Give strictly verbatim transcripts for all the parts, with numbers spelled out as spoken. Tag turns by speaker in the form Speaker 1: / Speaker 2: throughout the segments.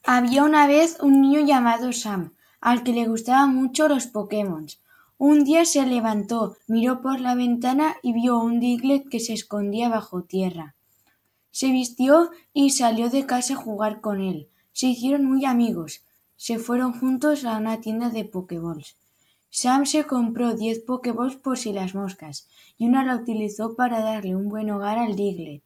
Speaker 1: Había una vez un niño llamado Sam, al que le gustaban mucho los Pokémon. Un día se levantó, miró por la ventana y vio un Diglett que se escondía bajo tierra. Se vistió y salió de casa a jugar con él. Se hicieron muy amigos. Se fueron juntos a una tienda de Pokéballs. Sam se compró diez Pokéballs por si las moscas, y una la utilizó para darle un buen hogar al Diglett.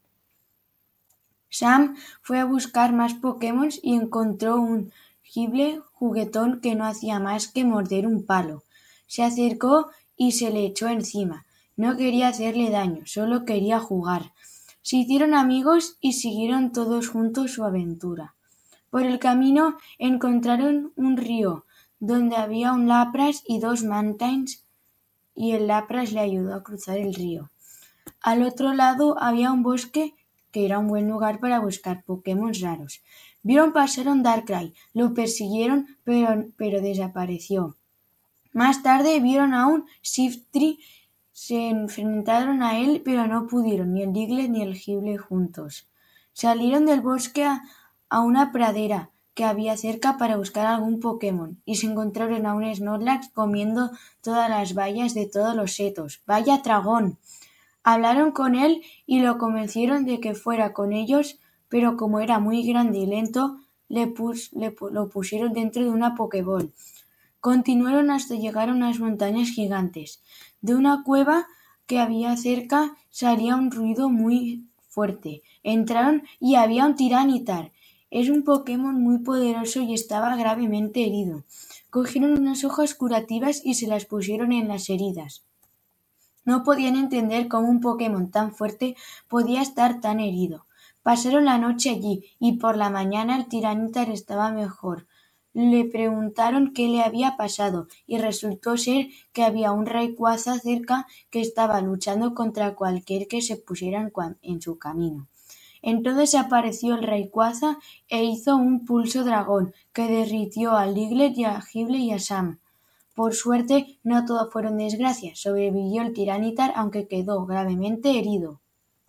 Speaker 1: Sam fue a buscar más Pokémon y encontró un Gible juguetón que no hacía más que morder un palo. Se acercó y se le echó encima. No quería hacerle daño, solo quería jugar. Se hicieron amigos y siguieron todos juntos su aventura. Por el camino encontraron un río, donde había un Lapras y dos Mantains, y el Lapras le ayudó a cruzar el río. Al otro lado había un bosque que era un buen lugar para buscar Pokémon raros. Vieron pasar un Darkrai, lo persiguieron pero, pero desapareció. Más tarde vieron a un Shiftry, se enfrentaron a él pero no pudieron, ni el Diglett ni el Gible juntos. Salieron del bosque a, a una pradera que había cerca para buscar algún Pokémon y se encontraron a un Snorlax comiendo todas las bayas de todos los setos. ¡Vaya tragón! Hablaron con él y lo convencieron de que fuera con ellos, pero como era muy grande y lento, le, pus, le lo pusieron dentro de una Pokéball. Continuaron hasta llegar a unas montañas gigantes. De una cueva que había cerca salía un ruido muy fuerte. Entraron y había un Tiranitar. Es un Pokémon muy poderoso y estaba gravemente herido. Cogieron unas hojas curativas y se las pusieron en las heridas. No podían entender cómo un Pokémon tan fuerte podía estar tan herido. Pasaron la noche allí y por la mañana el Tiranitar estaba mejor. Le preguntaron qué le había pasado y resultó ser que había un Rayquaza cerca que estaba luchando contra cualquier que se pusiera en su camino. Entonces apareció el Rayquaza e hizo un pulso dragón que derritió al Diglett y a Gible y a Sam. Por suerte, no todo fueron desgracias. Sobrevivió el Tiranitar, aunque quedó gravemente herido.